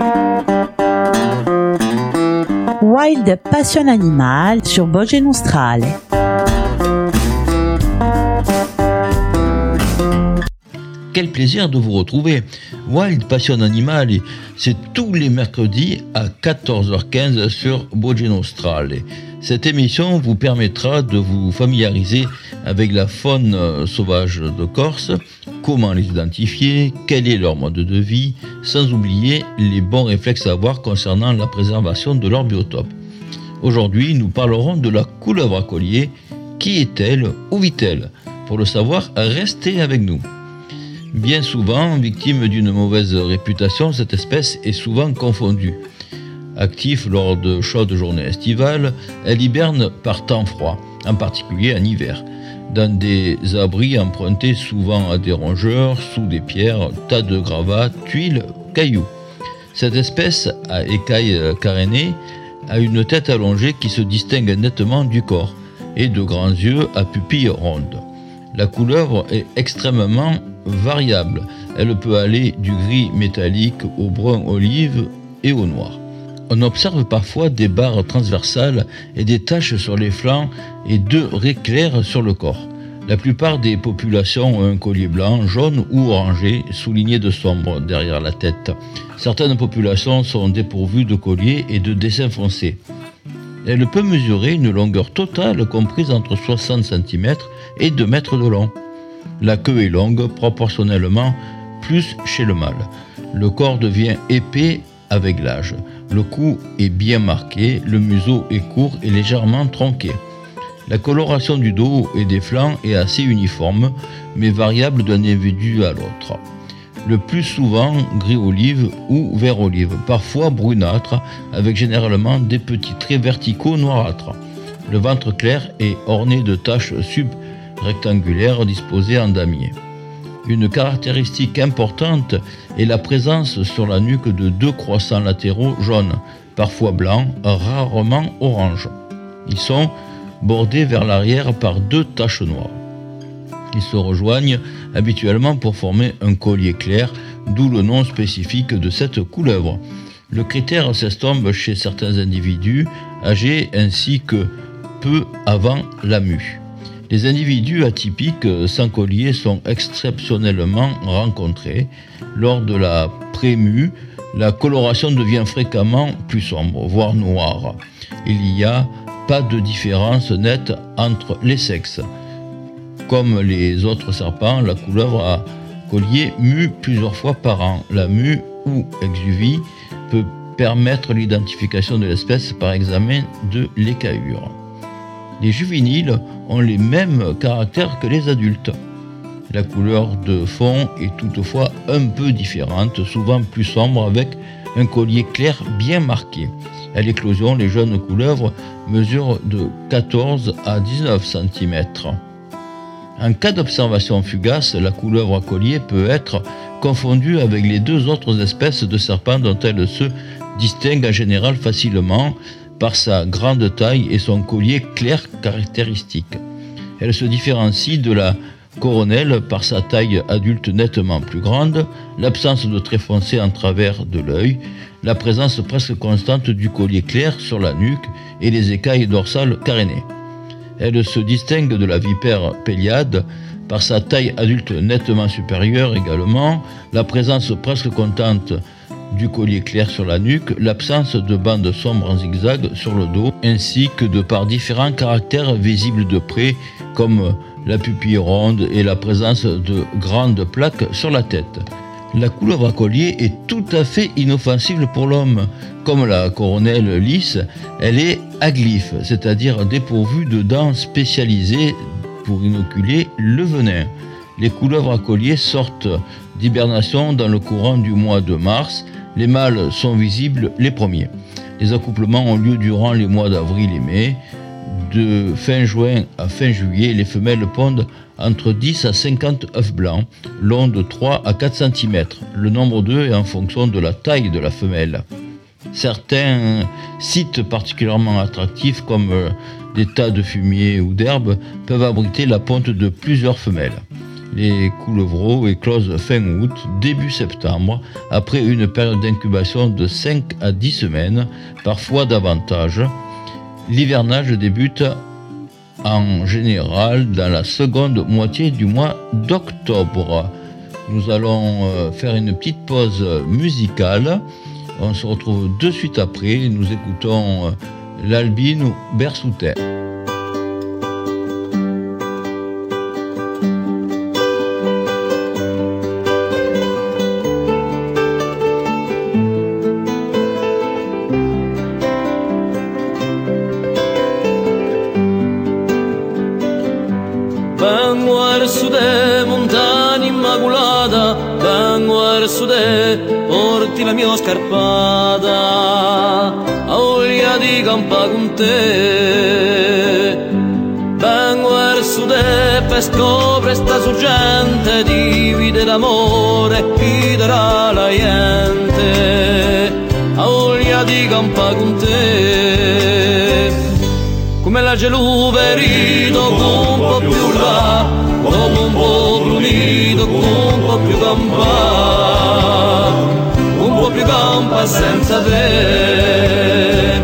Wild Passion Animale sur Voce Nostrale. Quel plaisir de vous retrouver. Wild Passion Animale, c'est tous les mercredis à 14h15 sur Voce Nostrale. Cette émission vous permettra de vous familiariser avec la faune sauvage de Corse, comment les identifier, quel est leur mode de vie, sans oublier les bons réflexes à avoir concernant la préservation de leur biotope. Aujourd'hui, nous parlerons de la couleuvre à collier. Qui est-elle? Où vit-elle? Pour le savoir, restez avec nous. Bien souvent, victime d'une mauvaise réputation, cette espèce est souvent confondue. Active lors de chaudes journées estivales, elle hiberne par temps froid, en particulier en hiver, dans des abris empruntés souvent à des rongeurs, sous des pierres, tas de gravats, tuiles, cailloux. Cette espèce à écailles carénées a une tête allongée qui se distingue nettement du corps et de grands yeux à pupilles rondes. La couleuvre est extrêmement variable. Elle peut aller du gris métallique au brun olive et au noir. On observe parfois des barres transversales et des taches sur les flancs et deux raies claires sur le corps. La plupart des populations ont un collier blanc, jaune ou orangé, souligné de sombre derrière la tête. Certaines populations sont dépourvues de collier et de dessins foncés. Elle peut mesurer une longueur totale comprise entre 60 cm et 2 mètres de long. La queue est longue, proportionnellement plus chez le mâle. Le corps devient épais avec l'âge. Le cou est bien marqué, le museau est court et légèrement tronqué. La coloration du dos et des flancs est assez uniforme, mais variable d'un individu à l'autre. Le plus souvent gris-olive ou vert-olive, parfois brunâtre, avec généralement des petits traits verticaux noirâtres. Le ventre clair est orné de taches subrectangulaires disposées en damier. Une caractéristique importante est la présence sur la nuque de deux croissants latéraux jaunes, parfois blancs, rarement orange. Ils sont bordés vers l'arrière par deux taches noires. Ils se rejoignent habituellement pour former un collier clair, d'où le nom spécifique de cette couleuvre. Le critère s'estompe chez certains individus âgés ainsi que peu avant la mue. Les individus atypiques sans collier sont exceptionnellement rencontrés. Lors de la pré-mue, la coloration devient fréquemment plus sombre, voire noire. Il n'y a pas de différence nette entre les sexes. Comme les autres serpents, la couleuvre à collier mue plusieurs fois par an. La mue ou exuvie peut permettre l'identification de l'espèce par examen de l'écaillure. Les juvéniles ont les mêmes caractères que les adultes. La couleur de fond est toutefois un peu différente, souvent plus sombre avec un collier clair bien marqué. À l'éclosion, les jeunes couleuvres mesurent de 14 à 19 cm. En cas d'observation fugace, la couleuvre à collier peut être confondue avec les deux autres espèces de serpents dont elle se distingue en général facilement par sa grande taille et son collier clair caractéristique. Elle se différencie de la coronelle par sa taille adulte nettement plus grande, l'absence de traits foncés en travers de l'œil, la présence presque constante du collier clair sur la nuque et les écailles dorsales carénées. Elle se distingue de la vipère péliade par sa taille adulte nettement supérieure également, la présence presque constante du collier clair sur la nuque, l'absence de bandes sombres en zigzag sur le dos, ainsi que de par différents caractères visibles de près, comme la pupille ronde et la présence de grandes plaques sur la tête. La couleuvre à collier est tout à fait inoffensive pour l'homme. Comme la coronelle lisse, elle est aglyphe, c'est-à-dire dépourvue de dents spécialisées pour inoculer le venin. Les couleuvres à collier sortent d'hibernation dans le courant du mois de mars. Les mâles sont visibles les premiers. Les accouplements ont lieu durant les mois d'avril et mai. De fin juin à fin juillet, les femelles pondent entre 10 à 50 œufs blancs, longs de 3 à 4 cm. Le nombre d'œufs est en fonction de la taille de la femelle. Certains sites particulièrement attractifs, comme des tas de fumier ou d'herbes, peuvent abriter la ponte de plusieurs femelles. Les coulevraux éclosent fin août, début septembre, après une période d'incubation de 5 à 10 semaines, parfois davantage. L'hivernage débute en général dans la seconde moitié du mois d'octobre. Nous allons faire une petite pause musicale. On se retrouve de suite après. Nous écoutons l'Albine Bersouter. Vengo verso te, montagna immacolata, vengo verso te, porti la mia scarpata, a voglia di campa con te. Vengo verso te per scoprire sta sorgente di vita d'amore che darà la gente, a voglia di campa con te. Come la gelù verito, un po' più là, come un po' più unito, un po' più campa, un po' più campa senza te.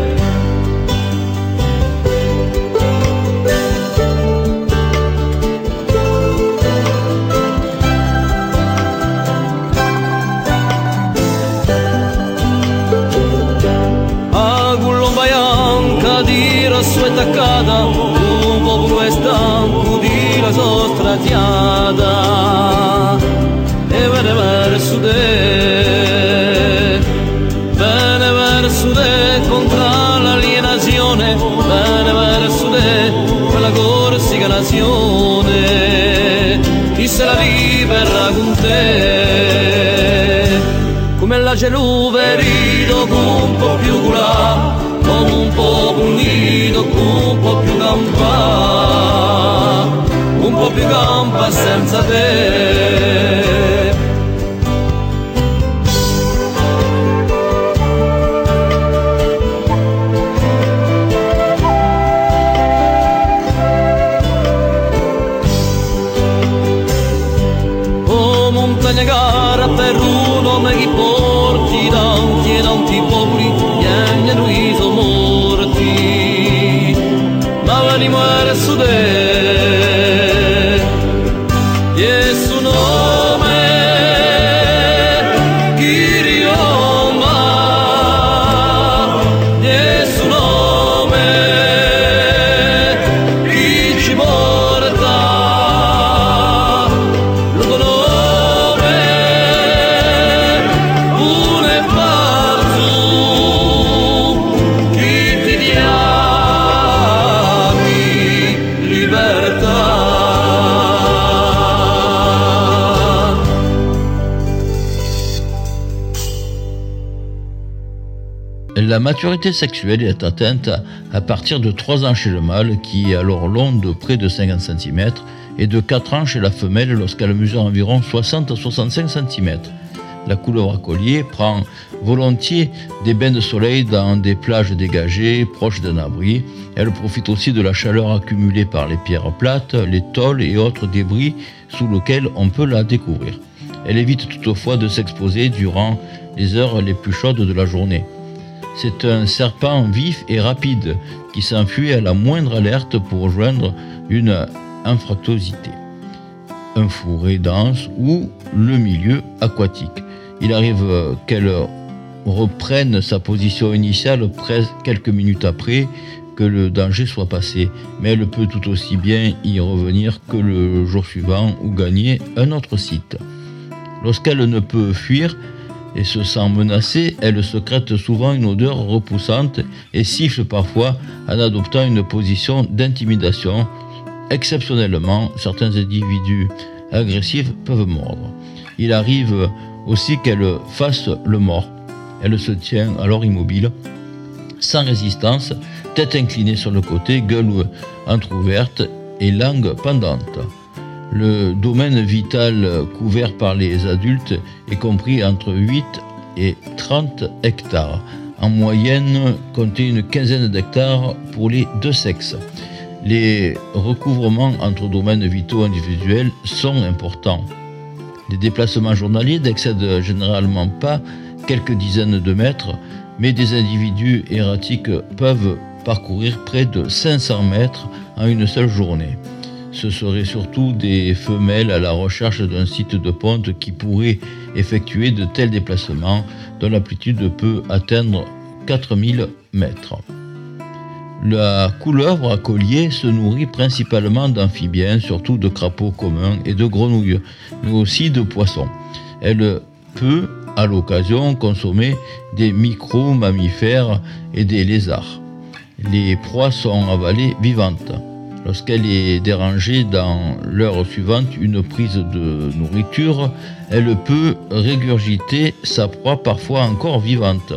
Rosso e taccata, un popolo è stanco di la sua stratiata e viene verso te, viene verso te contro l'alienazione, viene verso te per la corsica nazione, chi se la libera con te, come la gelù verito un po' più culà, come un po' pulito, un po' più campa senza te. Oh montagna cara per un nome che porti tanti e tanti popoli, vieni a noi sono morti, ma veniamo verso te, e su nome chi rioma, e su nome chi ci porta, lo nome un e parzu, chi ti diami libertà. La maturité sexuelle est atteinte à partir de 3 ans chez le mâle, qui est alors long de près de 50 cm, et de 4 ans chez la femelle lorsqu'elle mesure environ 60 à 65 cm. La couleuvre à collier prend volontiers des bains de soleil dans des plages dégagées, proches d'un abri. Elle profite aussi de la chaleur accumulée par les pierres plates, les tôles et autres débris sous lesquels on peut la découvrir. Elle évite toutefois de s'exposer durant les heures les plus chaudes de la journée. C'est un serpent vif et rapide qui s'enfuit à la moindre alerte pour rejoindre une anfractuosité, un fourré dense ou le milieu aquatique. Il arrive qu'elle reprenne sa position initiale presque quelques minutes après que le danger soit passé, mais elle peut tout aussi bien y revenir que le jour suivant ou gagner un autre site. Lorsqu'elle ne peut fuir et se sent menacée, elle secrète souvent une odeur repoussante et siffle parfois en adoptant une position d'intimidation. Exceptionnellement, certains individus agressifs peuvent mordre. Il arrive aussi qu'elle fasse le mort. Elle se tient alors immobile, sans résistance, tête inclinée sur le côté, gueule entrouverte et langue pendante. Le domaine vital couvert par les adultes est compris entre 8 et 30 hectares. En moyenne, comptez une quinzaine d'hectares pour les deux sexes. Les recouvrements entre domaines vitaux individuels sont importants. Les déplacements journaliers n'excèdent généralement pas quelques dizaines de mètres, mais des individus erratiques peuvent parcourir près de 500 mètres en une seule journée. Ce seraient surtout des femelles à la recherche d'un site de ponte qui pourraient effectuer de tels déplacements dont l'amplitude peut atteindre 4000 mètres. La couleuvre à collier se nourrit principalement d'amphibiens, surtout de crapauds communs et de grenouilles, mais aussi de poissons. Elle peut, à l'occasion, consommer des micro-mammifères et des lézards. Les proies sont avalées vivantes. Lorsqu'elle est dérangée dans l'heure suivante une prise de nourriture, elle peut régurgiter sa proie parfois encore vivante.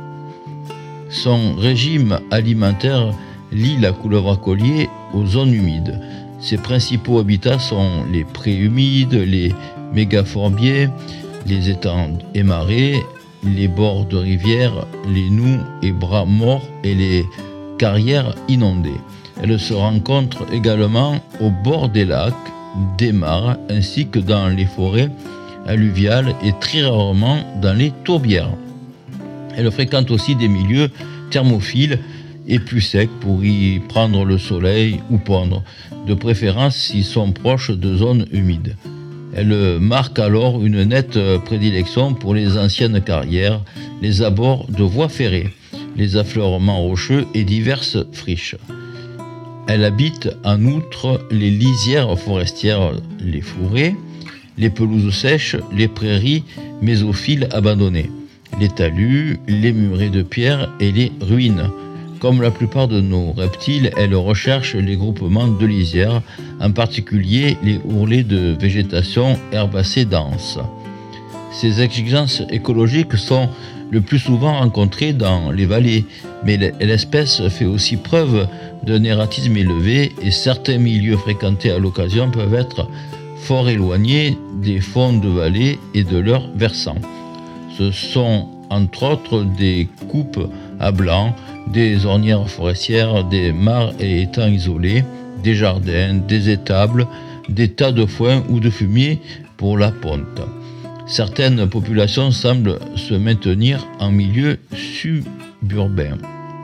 Son régime alimentaire lie la couleuvre à collier aux zones humides. Ses principaux habitats sont les prés humides, les mégaphorbiers, les étangs et marais, les bords de rivières, les noues et bras morts et les carrières inondées. Elle se rencontre également au bord des lacs, des mares, ainsi que dans les forêts alluviales et très rarement dans les tourbières. Elle fréquente aussi des milieux thermophiles et plus secs pour y prendre le soleil ou pondre, de préférence s'ils sont proches de zones humides. Elle marque alors une nette prédilection pour les anciennes carrières, les abords de voies ferrées, les affleurements rocheux et diverses friches. Elle habite en outre les lisières forestières, les forêts, les pelouses sèches, les prairies mésophiles abandonnées, les talus, les murets de pierre et les ruines. Comme la plupart de nos reptiles, elle recherche les groupements de lisières, en particulier les ourlets de végétation herbacée dense. Ces exigences écologiques sont le plus souvent rencontrées dans les vallées, mais l'espèce fait aussi preuve d'un erratisme élevé et certains milieux fréquentés à l'occasion peuvent être fort éloignés des fonds de vallées et de leurs versants. Ce sont entre autres des coupes à blanc, des ornières forestières, des mares et étangs isolés, des jardins, des étables, des tas de foin ou de fumier pour la ponte. Certaines populations semblent se maintenir en milieu suburbain.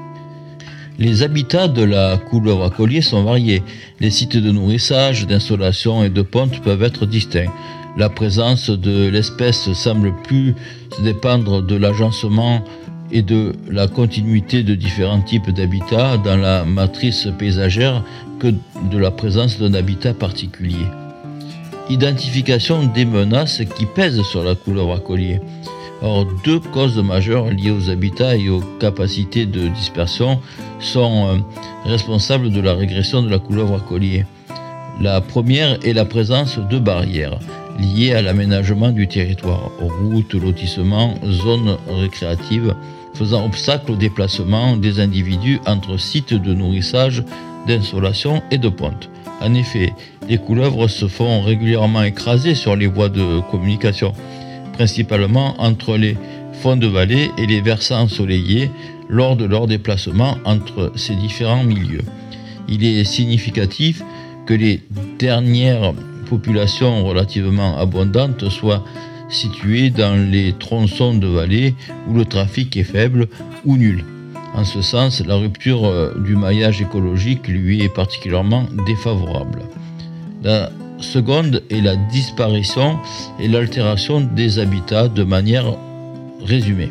Les habitats de la couleuvre à collier sont variés. Les sites de nourrissage, d'insolation et de ponte peuvent être distincts. La présence de l'espèce semble plus dépendre de l'agencement et de la continuité de différents types d'habitats dans la matrice paysagère que de la présence d'un habitat particulier. Identification des menaces qui pèsent sur la couleuvre à collier. Or, deux causes majeures liées aux habitats et aux capacités de dispersion sont responsables de la régression de la couleuvre à collier. La première est la présence de barrières liées à l'aménagement du territoire, routes, lotissements, zones récréatives, faisant obstacle au déplacement des individus entre sites de nourrissage, d'insolation et de ponte. En effet, les couleuvres se font régulièrement écraser sur les voies de communication, principalement entre les fonds de vallée et les versants ensoleillés lors de leur déplacement entre ces différents milieux. Il est significatif que les dernières populations relativement abondantes soient situées dans les tronçons de vallée où le trafic est faible ou nul. En ce sens, la rupture du maillage écologique lui est particulièrement défavorable. La seconde est la disparition et l'altération des habitats de manière résumée.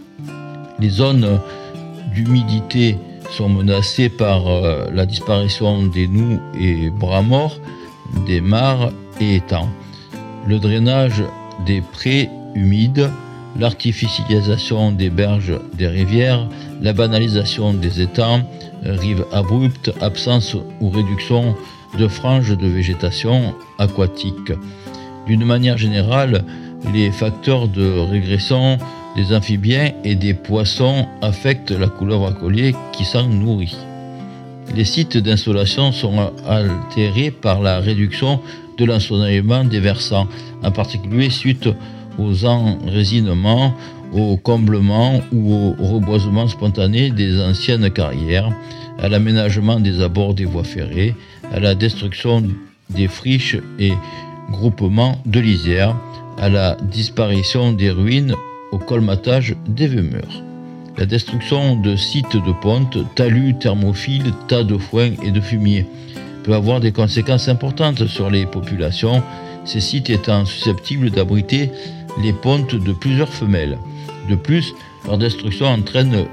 Les zones d'humidité sont menacées par la disparition des noues et bras morts, des mares et étangs, le drainage des prés humides, l'artificialisation des berges des rivières, la banalisation des étangs, rives abruptes, absence ou réduction de franges de végétation aquatique. D'une manière générale, les facteurs de régression des amphibiens et des poissons affectent la couleuvre à collier qui s'en nourrit. Les sites d'insolation sont altérés par la réduction de l'ensoleillement des versants, en particulier suite aux enrésinements, au comblement ou au reboisement spontané des anciennes carrières, à l'aménagement des abords des voies ferrées, à la destruction des friches et groupements de lisières, à la disparition des ruines, au colmatage des vieux murs. La destruction de sites de ponte, talus, thermophiles, tas de foin et de fumier peut avoir des conséquences importantes sur les populations, ces sites étant susceptibles d'abriter les pontes de plusieurs femelles. De plus, leur destruction entraîne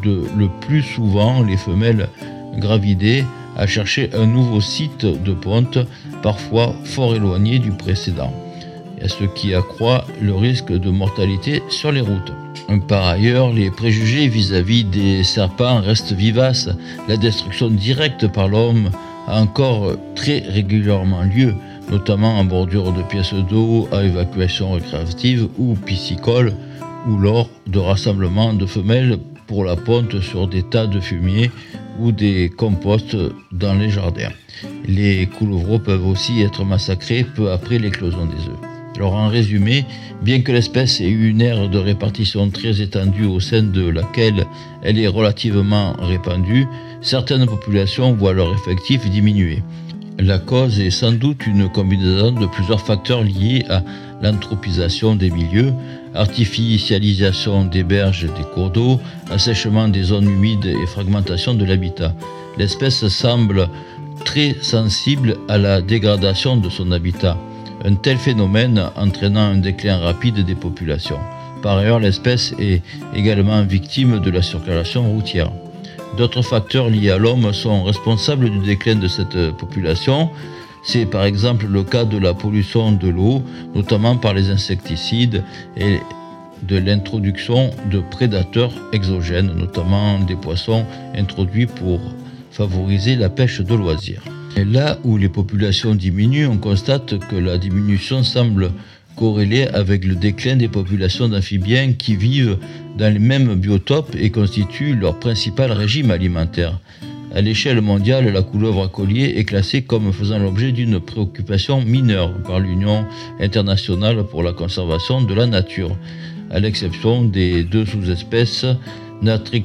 le plus souvent les femelles gravidées à chercher un nouveau site de ponte, parfois fort éloigné du précédent, ce qui accroît le risque de mortalité sur les routes. Par ailleurs, les préjugés vis-à-vis des serpents restent vivaces. La destruction directe par l'homme a encore très régulièrement lieu, notamment en bordure de pièces d'eau, à évacuation récréative ou piscicole, ou lors de rassemblements de femelles pour la ponte sur des tas de fumier ou des composts dans les jardins. Les couleuvreaux peuvent aussi être massacrés peu après l'éclosion des œufs. Alors en résumé, bien que l'espèce ait eu une aire de répartition très étendue au sein de laquelle elle est relativement répandue, certaines populations voient leur effectif diminuer. La cause est sans doute une combinaison de plusieurs facteurs liés à l'anthropisation des milieux, artificialisation des berges et des cours d'eau, assèchement des zones humides et fragmentation de l'habitat. L'espèce semble très sensible à la dégradation de son habitat, un tel phénomène entraînant un déclin rapide des populations. Par ailleurs, l'espèce est également victime de la circulation routière. D'autres facteurs liés à l'homme sont responsables du déclin de cette population. C'est par exemple le cas de la pollution de l'eau, notamment par les insecticides, et de l'introduction de prédateurs exogènes, notamment des poissons introduits pour favoriser la pêche de loisirs. Et là où les populations diminuent, on constate que la diminution semble corrélée avec le déclin des populations d'amphibiens qui vivent dans les mêmes biotopes et constituent leur principal régime alimentaire. À l'échelle mondiale, la couleuvre à collier est classée comme faisant l'objet d'une préoccupation mineure par l'Union internationale pour la conservation de la nature, à l'exception des deux sous-espèces Natrix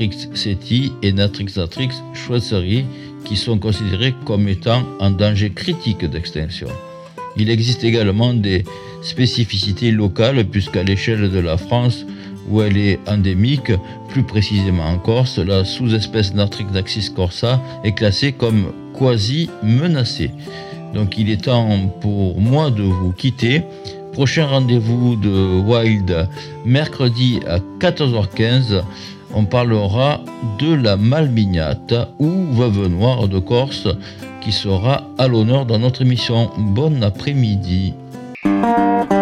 seti et Natrix schweizeri, qui sont considérées comme étant en danger critique d'extinction. Il existe également des spécificités locales, puisqu'à l'échelle de la France, où elle est endémique, plus précisément en Corse, la sous-espèce Natrix corsa est classée comme quasi menacée. Donc il est temps pour moi de vous quitter. Prochain rendez-vous de Wild, mercredi à 14h15. On parlera de la malmignate ou veuve noire de Corse qui sera à l'honneur dans notre émission. Bon après-midi.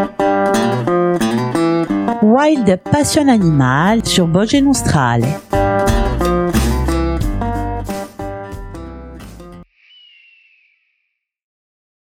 Wild Passion Animale sur Voce Nostrale.